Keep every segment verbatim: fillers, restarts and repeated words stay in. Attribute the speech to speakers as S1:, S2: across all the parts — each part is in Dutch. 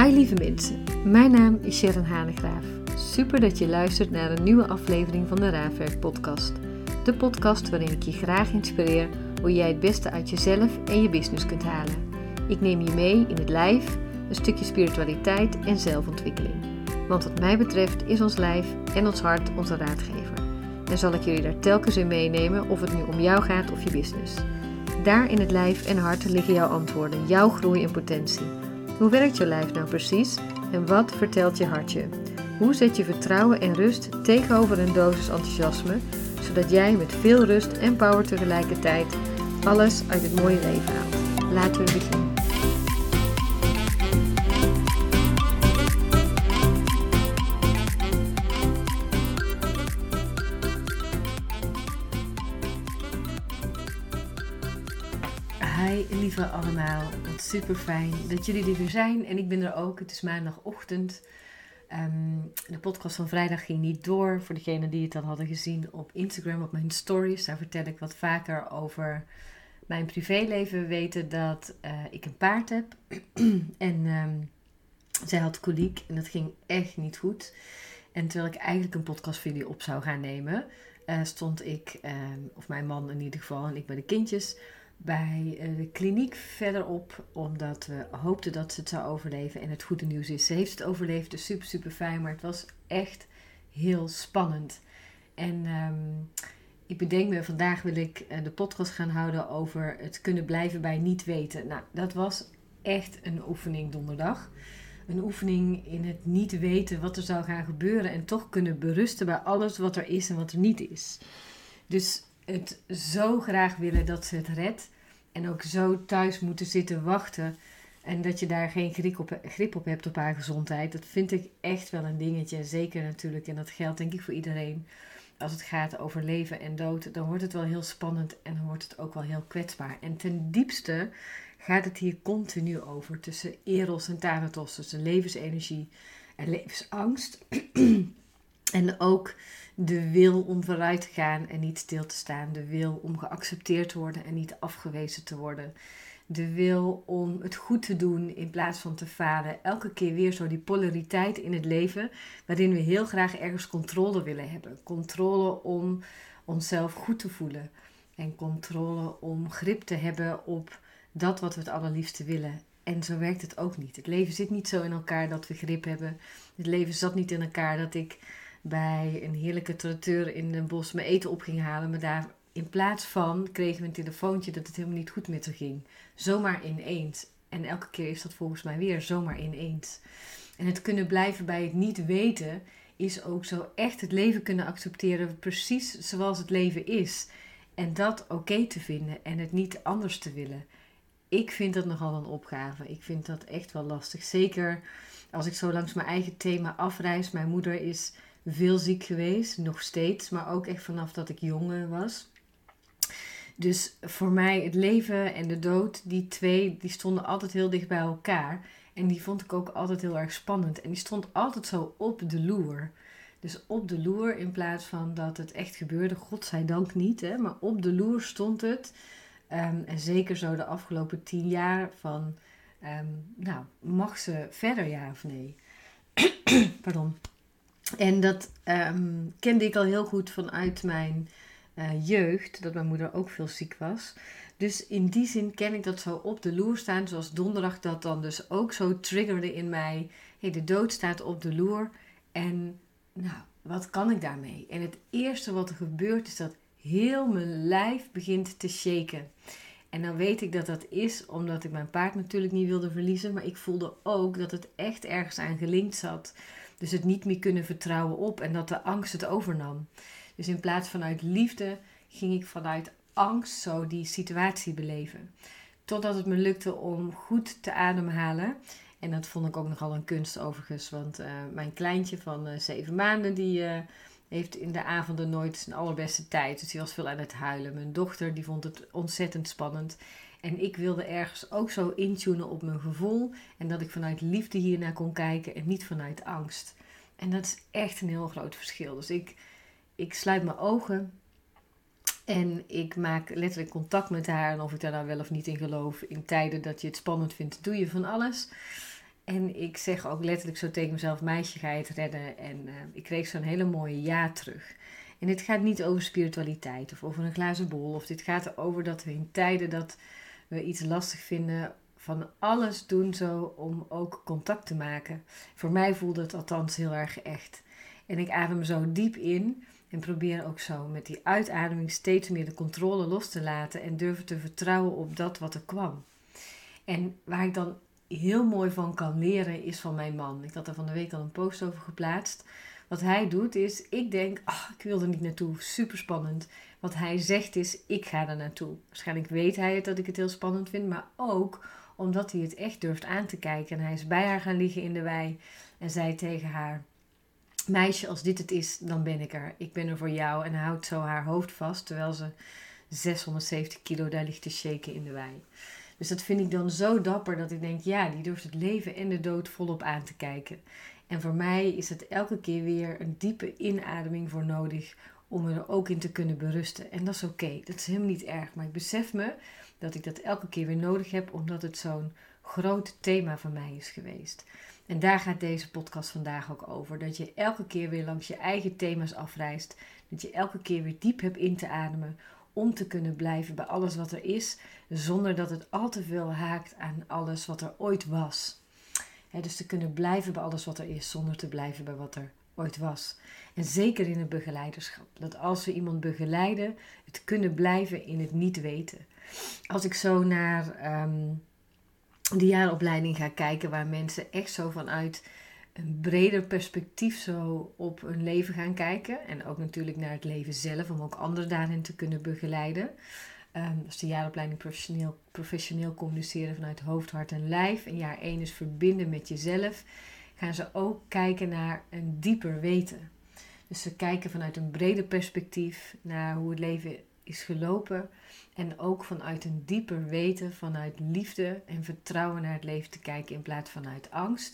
S1: Hi lieve mensen, mijn naam is Sharon Hanegraaf. Super dat je luistert naar een nieuwe aflevering van de Raafwerk podcast. De podcast waarin ik je graag inspireer hoe jij het beste uit jezelf en je business kunt halen. Ik neem je mee in het lijf, een stukje spiritualiteit en zelfontwikkeling. Want wat mij betreft is ons lijf en ons hart onze raadgever. En zal ik jullie daar telkens in meenemen of het nu om jou gaat of je business. Daar in het lijf en hart liggen jouw antwoorden, jouw groei en potentie. Hoe werkt je lijf nou precies en wat vertelt je hart je? Hoe zet je vertrouwen en rust tegenover een dosis enthousiasme, zodat jij met veel rust en power tegelijkertijd alles uit het mooie leven haalt? Laten we beginnen. Hi lieve allemaal, wat super fijn dat jullie er weer zijn en ik ben er ook. Het is maandagochtend. Um, de podcast van vrijdag ging niet door. Voor degenen die het dan hadden gezien op Instagram, op mijn stories. Daar vertel ik wat vaker over mijn privéleven. Weten dat uh, ik een paard heb en um, zij had koliek en dat ging echt niet goed. En terwijl ik eigenlijk een podcastvideo op zou gaan nemen, uh, stond ik, um, of mijn man in ieder geval en ik bij de kindjes, bij de kliniek verderop, omdat we hoopten dat ze het zou overleven. En het goede nieuws is, ze heeft het overleefd, dus super super fijn, maar het was echt heel spannend. En um, ik bedenk me, vandaag wil ik uh, de podcast gaan houden over het kunnen blijven bij niet weten. Nou, dat was echt een oefening donderdag. Een oefening in het niet weten wat er zou gaan gebeuren en toch kunnen berusten bij alles wat er is en wat er niet is. Dus het zo graag willen dat ze het redt. En ook zo thuis moeten zitten wachten. En dat je daar geen grip op, grip op hebt op haar gezondheid. Dat vind ik echt wel een dingetje. Zeker natuurlijk. En dat geldt denk ik voor iedereen. Als het gaat over leven en dood. Dan wordt het wel heel spannend. En dan wordt het ook wel heel kwetsbaar. En ten diepste gaat het hier continu over. Tussen Eros en Thanatos. Tussen levensenergie en levensangst. En ook de wil om vooruit te gaan en niet stil te staan. De wil om geaccepteerd te worden en niet afgewezen te worden. De wil om het goed te doen in plaats van te falen. Elke keer weer zo die polariteit in het leven, waarin we heel graag ergens controle willen hebben. Controle om onszelf goed te voelen. En controle om grip te hebben op dat wat we het allerliefste willen. En zo werkt het ook niet. Het leven zit niet zo in elkaar dat we grip hebben. Het leven zat niet in elkaar dat ik bij een heerlijke traiteur in Den Bosch mijn eten op ging halen. Maar daar in plaats van kregen we een telefoontje dat het helemaal niet goed met haar ging. Zomaar ineens. En elke keer is dat volgens mij weer zomaar ineens. En het kunnen blijven bij het niet weten is ook zo echt het leven kunnen accepteren precies zoals het leven is. En dat oké te vinden en het niet anders te willen. Ik vind dat nogal een opgave. Ik vind dat echt wel lastig. Zeker als ik zo langs mijn eigen thema afreis. Mijn moeder is veel ziek geweest, nog steeds, maar ook echt vanaf dat ik jong was. Dus voor mij het leven en de dood, die twee, die stonden altijd heel dicht bij elkaar. En die vond ik ook altijd heel erg spannend. En die stond altijd zo op de loer. Dus op de loer in plaats van dat het echt gebeurde, godzijdank niet, hè, maar op de loer stond het. Um, en zeker zo de afgelopen tien jaar van, um, nou, mag ze verder ja of nee? Pardon. En dat um, kende ik al heel goed vanuit mijn uh, jeugd, dat mijn moeder ook veel ziek was. Dus in die zin ken ik dat zo op de loer staan, zoals donderdag dat dan dus ook zo triggerde in mij. Hey, de dood staat op de loer en nou, wat kan ik daarmee? En het eerste wat er gebeurt is dat heel mijn lijf begint te shaken. En dan weet ik dat dat is omdat ik mijn paard natuurlijk niet wilde verliezen, maar ik voelde ook dat het echt ergens aan gelinkt zat. Dus het niet meer kunnen vertrouwen op en dat de angst het overnam. Dus in plaats vanuit liefde ging ik vanuit angst zo die situatie beleven. Totdat het me lukte om goed te ademhalen. En dat vond ik ook nogal een kunst overigens. Want uh, mijn kleintje van uh, zeven maanden die uh, heeft in de avonden nooit zijn allerbeste tijd. Dus die was veel aan het huilen. Mijn dochter die vond het ontzettend spannend. En ik wilde ergens ook zo intunen op mijn gevoel. En dat ik vanuit liefde hiernaar kon kijken en niet vanuit angst. En dat is echt een heel groot verschil. Dus ik, ik sluit mijn ogen en ik maak letterlijk contact met haar. En of ik daar nou wel of niet in geloof, in tijden dat je het spannend vindt, doe je van alles. En ik zeg ook letterlijk zo tegen mezelf, meisje, ga je het redden? En uh, ik kreeg zo'n hele mooie ja terug. En dit gaat niet over spiritualiteit of over een glazen bol. Of dit gaat erover dat we in tijden dat we iets lastig vinden, van alles doen zo om ook contact te maken. Voor mij voelde het althans heel erg echt. En ik adem zo diep in en probeer ook zo met die uitademing steeds meer de controle los te laten en durven te vertrouwen op dat wat er kwam. En waar ik dan heel mooi van kan leren is van mijn man. Ik had er van de week al een post over geplaatst. Wat hij doet is, ik denk, ach, ik wil er niet naartoe, super spannend. Wat hij zegt is, ik ga er naartoe. Waarschijnlijk weet hij het dat ik het heel spannend vind, maar ook omdat hij het echt durft aan te kijken. En hij is bij haar gaan liggen in de wei en zei tegen haar, meisje, als dit het is, dan ben ik er. Ik ben er voor jou. En hij houdt zo haar hoofd vast, terwijl ze zeshonderdzeventig kilo daar ligt te shaken in de wei. Dus dat vind ik dan zo dapper dat ik denk, ja, die durft het leven en de dood volop aan te kijken. En voor mij is het elke keer weer een diepe inademing voor nodig om er ook in te kunnen berusten. En dat is oké, okay. Dat is helemaal niet erg. Maar ik besef me dat ik dat elke keer weer nodig heb, omdat het zo'n groot thema van mij is geweest. En daar gaat deze podcast vandaag ook over. Dat je elke keer weer langs je eigen thema's afreist. Dat je elke keer weer diep hebt in te ademen om te kunnen blijven bij alles wat er is, zonder dat het al te veel haakt aan alles wat er ooit was. He, dus te kunnen blijven bij alles wat er is, zonder te blijven bij wat er ooit was. En zeker in het begeleiderschap. Dat als we iemand begeleiden, het kunnen blijven in het niet weten. Als ik zo naar um, de jaaropleiding ga kijken, waar mensen echt zo vanuit een breder perspectief zo op hun leven gaan kijken. En ook natuurlijk naar het leven zelf, om ook anderen daarin te kunnen begeleiden. Um, dus de jaaropleiding professioneel, professioneel communiceren vanuit hoofd, hart en lijf. En jaar één is verbinden met jezelf. Gaan ze ook kijken naar een dieper weten. Dus ze kijken vanuit een breder perspectief naar hoe het leven is gelopen. En ook vanuit een dieper weten, vanuit liefde en vertrouwen naar het leven te kijken in plaats van vanuit angst.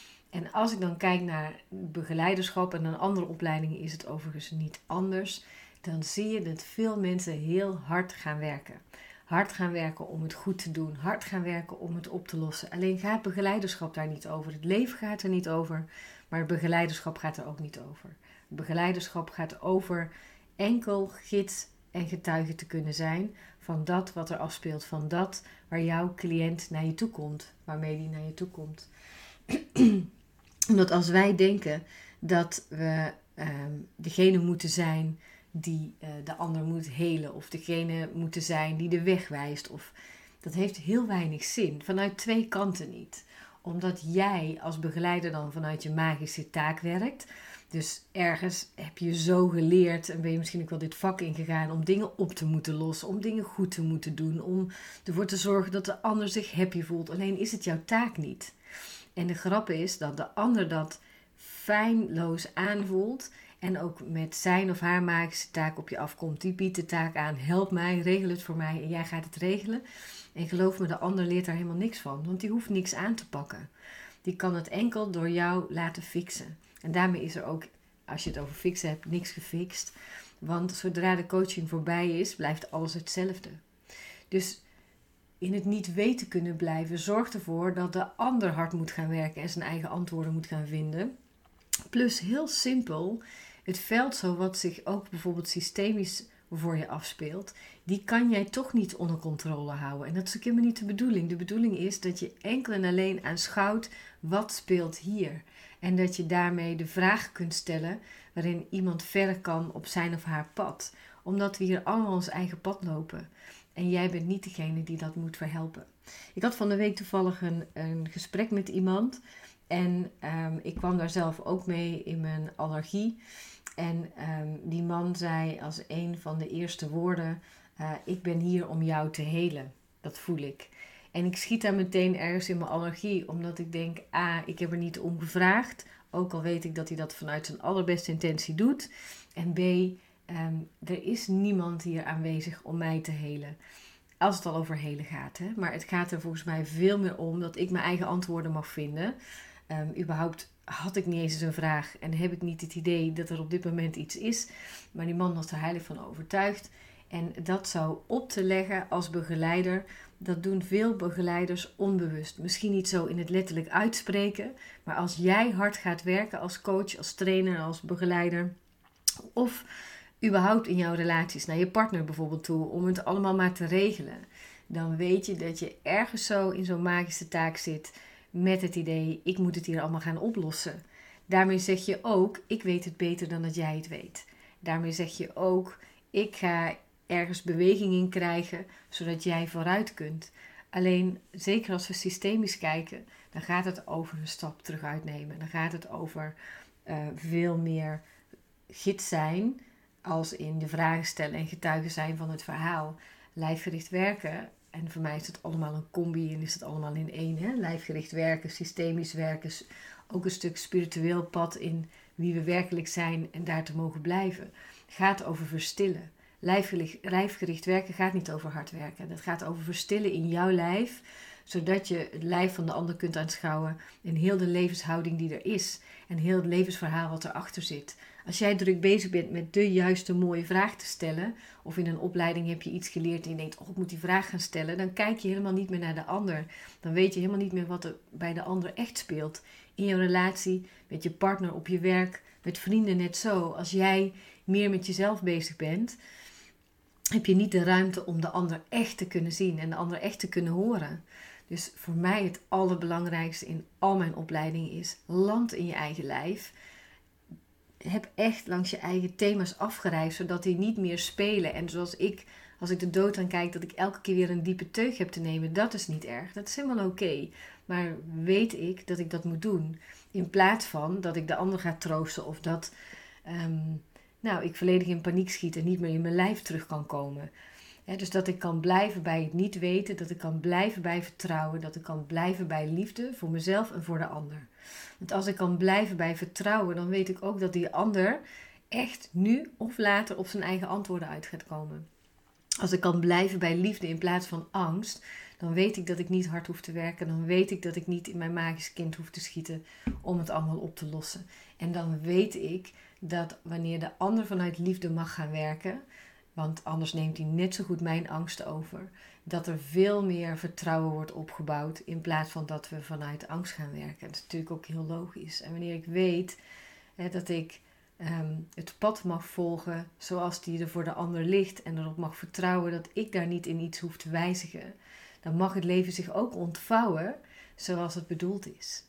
S1: En als ik dan kijk naar begeleiderschap en een andere opleidingen is het overigens niet anders, dan zie je dat veel mensen heel hard gaan werken. Hard gaan werken om het goed te doen, hard gaan werken om het op te lossen. Alleen gaat begeleiderschap daar niet over. Het leven gaat er niet over, maar het begeleiderschap gaat er ook niet over. Het begeleiderschap gaat over enkel gids en getuige te kunnen zijn van dat wat er afspeelt, van dat waar jouw cliënt naar je toe komt, waarmee die naar je toe komt. Omdat als wij denken dat we um, degene moeten zijn die uh, de ander moet helen, of degene moeten zijn die de weg wijst, of dat heeft heel weinig zin, vanuit twee kanten niet. Omdat jij als begeleider dan vanuit je magische taak werkt. Dus ergens heb je zo geleerd en ben je misschien ook wel dit vak ingegaan om dingen op te moeten lossen, om dingen goed te moeten doen, om ervoor te zorgen dat de ander zich happy voelt. Alleen is het jouw taak niet. En de grap is dat de ander dat feilloos aanvoelt en ook met zijn of haar magische taak op je afkomt. Die biedt de taak aan, help mij, regel het voor mij en jij gaat het regelen. En geloof me, de ander leert daar helemaal niks van, want die hoeft niks aan te pakken. Die kan het enkel door jou laten fixen. En daarmee is er ook, als je het over fixen hebt, niks gefixt. Want zodra de coaching voorbij is, blijft alles hetzelfde. Dus in het niet weten kunnen blijven, zorgt ervoor dat de ander hard moet gaan werken en zijn eigen antwoorden moet gaan vinden. Plus heel simpel, het veld zo wat zich ook bijvoorbeeld systemisch voor je afspeelt, die kan jij toch niet onder controle houden. En dat is ook helemaal niet de bedoeling. De bedoeling is dat je enkel en alleen aanschouwt wat speelt hier. En dat je daarmee de vraag kunt stellen waarin iemand verder kan op zijn of haar pad. Omdat we hier allemaal ons eigen pad lopen. En jij bent niet degene die dat moet verhelpen. Ik had van de week toevallig een, een gesprek met iemand. En um, ik kwam daar zelf ook mee in mijn allergie. En um, die man zei als een van de eerste woorden, Uh, ik ben hier om jou te helen. Dat voel ik. En ik schiet daar meteen ergens in mijn allergie. Omdat ik denk, A, ik heb er niet om gevraagd. Ook al weet ik dat hij dat vanuit zijn allerbeste intentie doet. En B, um, er is niemand hier aanwezig om mij te helen. Als het al over helen gaat. Hè? Maar het gaat er volgens mij veel meer om dat ik mijn eigen antwoorden mag vinden. Um, überhaupt had ik niet eens een vraag. En heb ik niet het idee dat er op dit moment iets is. Maar die man was er heilig van overtuigd. En dat zo op te leggen als begeleider, dat doen veel begeleiders onbewust. Misschien niet zo in het letterlijk uitspreken, maar als jij hard gaat werken als coach, als trainer, als begeleider, of überhaupt in jouw relaties naar je partner bijvoorbeeld toe, om het allemaal maar te regelen, dan weet je dat je ergens zo in zo'n magische taak zit met het idee, ik moet het hier allemaal gaan oplossen. Daarmee zeg je ook, ik weet het beter dan dat jij het weet. Daarmee zeg je ook, ik ga ergens beweging in krijgen, zodat jij vooruit kunt. Alleen, zeker als we systemisch kijken, dan gaat het over een stap terug uitnemen. Dan gaat het over uh, veel meer gids zijn, als in de vragen stellen en getuigen zijn van het verhaal. Lijfgericht werken, en voor mij is het allemaal een combi en is het allemaal in één. Hè? Lijfgericht werken, systemisch werken, ook een stuk spiritueel pad in wie we werkelijk zijn en daar te mogen blijven. Gaat over verstillen. Lijfgericht, lijfgericht werken gaat niet over hard werken. Dat gaat over verstillen in jouw lijf, zodat je het lijf van de ander kunt aanschouwen en heel de levenshouding die er is en heel het levensverhaal wat erachter zit. Als jij druk bezig bent met de juiste mooie vraag te stellen, of in een opleiding heb je iets geleerd en je denkt, oh, ik moet die vraag gaan stellen, dan kijk je helemaal niet meer naar de ander. Dan weet je helemaal niet meer wat er bij de ander echt speelt. In je relatie, met je partner, op je werk, met vrienden net zo. Als jij meer met jezelf bezig bent, heb je niet de ruimte om de ander echt te kunnen zien en de ander echt te kunnen horen. Dus voor mij het allerbelangrijkste in al mijn opleidingen is, land in je eigen lijf. Heb echt langs je eigen thema's afgereisd, zodat die niet meer spelen. En zoals ik, als ik de dood aankijk, dat ik elke keer weer een diepe teug heb te nemen, dat is niet erg. Dat is helemaal oké. Okay. Maar weet ik dat ik dat moet doen. In plaats van dat ik de ander ga troosten of dat um, nou, ik volledig in paniek schiet en niet meer in mijn lijf terug kan komen. He, dus dat ik kan blijven bij het niet weten, dat ik kan blijven bij vertrouwen, dat ik kan blijven bij liefde voor mezelf en voor de ander. Want als ik kan blijven bij vertrouwen, dan weet ik ook dat die ander echt nu of later op zijn eigen antwoorden uit gaat komen. Als ik kan blijven bij liefde in plaats van angst, dan weet ik dat ik niet hard hoef te werken. Dan weet ik dat ik niet in mijn magisch kind hoef te schieten om het allemaal op te lossen. En dan weet ik dat wanneer de ander vanuit liefde mag gaan werken, want anders neemt hij net zo goed mijn angst over, dat er veel meer vertrouwen wordt opgebouwd in plaats van dat we vanuit angst gaan werken. Dat is natuurlijk ook heel logisch. En wanneer ik weet hè, dat ik um, het pad mag volgen zoals die er voor de ander ligt en erop mag vertrouwen dat ik daar niet in iets hoef te wijzigen, dan mag het leven zich ook ontvouwen zoals het bedoeld is.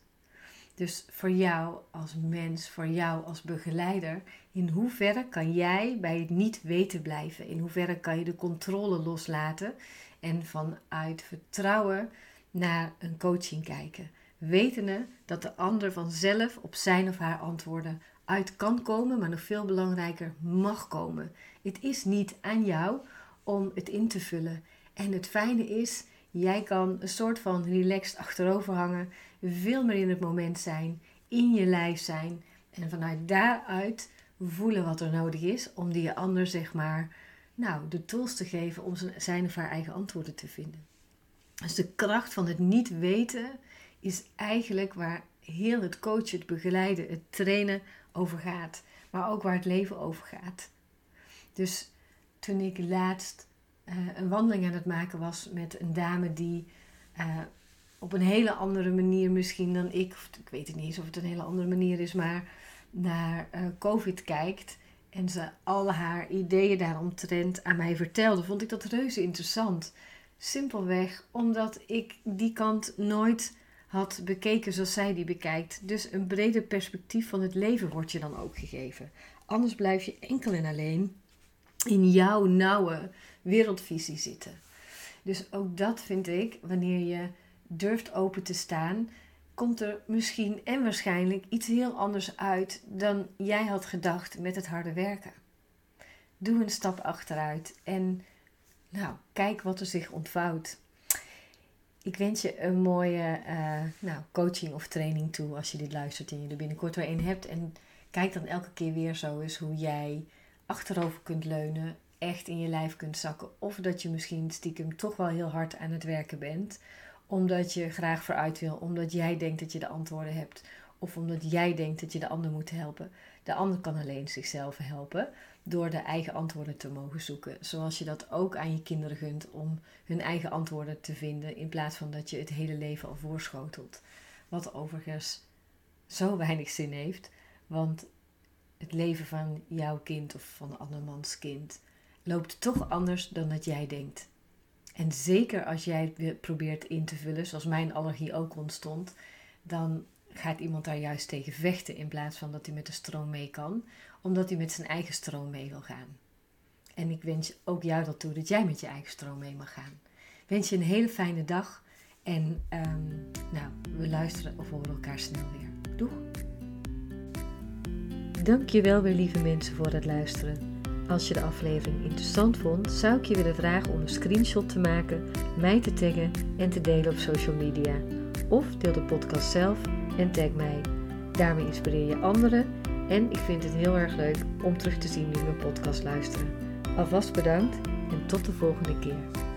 S1: Dus voor jou als mens, voor jou als begeleider, in hoeverre kan jij bij het niet weten blijven? In hoeverre kan je de controle loslaten en vanuit vertrouwen naar een coaching kijken? Wetende dat de ander vanzelf op zijn of haar antwoorden uit kan komen, maar nog veel belangrijker mag komen. Het is niet aan jou om het in te vullen. En het fijne is, jij kan een soort van relaxed achterover hangen, veel meer in het moment zijn, in je lijf zijn en vanuit daaruit voelen wat er nodig is om die ander zeg maar, nou, de tools te geven om zijn of haar eigen antwoorden te vinden. Dus de kracht van het niet weten is eigenlijk waar heel het coachen, het begeleiden, het trainen over gaat, maar ook waar het leven over gaat. Dus toen ik laatst uh, een wandeling aan het maken was met een dame die uh, op een hele andere manier misschien dan ik, of ik weet het niet eens of het een hele andere manier is, maar naar uh, COVID kijkt en ze al haar ideeën daaromtrent aan mij vertelde, vond ik dat reuze interessant. Simpelweg omdat ik die kant nooit had bekeken zoals zij die bekijkt. Dus een breder perspectief van het leven wordt je dan ook gegeven. Anders blijf je enkel en alleen in jouw nauwe wereldvisie zitten. Dus ook dat vind ik, wanneer je durft open te staan, komt er misschien en waarschijnlijk iets heel anders uit dan jij had gedacht met het harde werken. Doe een stap achteruit en nou, kijk wat er zich ontvouwt. Ik wens je een mooie uh, nou, coaching of training toe als je dit luistert en je er binnenkort weer een hebt. En kijk dan elke keer weer zo eens hoe jij achterover kunt leunen, echt in je lijf kunt zakken. Of dat je misschien stiekem toch wel heel hard aan het werken bent, omdat je graag vooruit wil, omdat jij denkt dat je de antwoorden hebt. of omdat jij denkt dat je de ander moet helpen. De ander kan alleen zichzelf helpen door de eigen antwoorden te mogen zoeken. Zoals je dat ook aan je kinderen gunt om hun eigen antwoorden te vinden in plaats van dat je het hele leven al voorschotelt. Wat overigens zo weinig zin heeft, want het leven van jouw kind of van andermans kind loopt toch anders dan dat jij denkt. En zeker als jij het probeert in te vullen, zoals mijn allergie ook ontstond, dan gaat iemand daar juist tegen vechten in plaats van dat hij met de stroom mee kan, omdat hij met zijn eigen stroom mee wil gaan. En ik wens ook jou dat toe, dat jij met je eigen stroom mee mag gaan. Ik wens je een hele fijne dag en um, nou, we luisteren of horen elkaar snel weer. Doeg! Dankjewel weer lieve mensen voor het luisteren. Als je de aflevering interessant vond, zou ik je willen vragen om een screenshot te maken, mij te taggen en te delen op social media. Of deel de podcast zelf en tag mij. Daarmee inspireer je anderen en ik vind het heel erg leuk om terug te zien wie mijn podcast luisteren. Alvast bedankt en tot de volgende keer.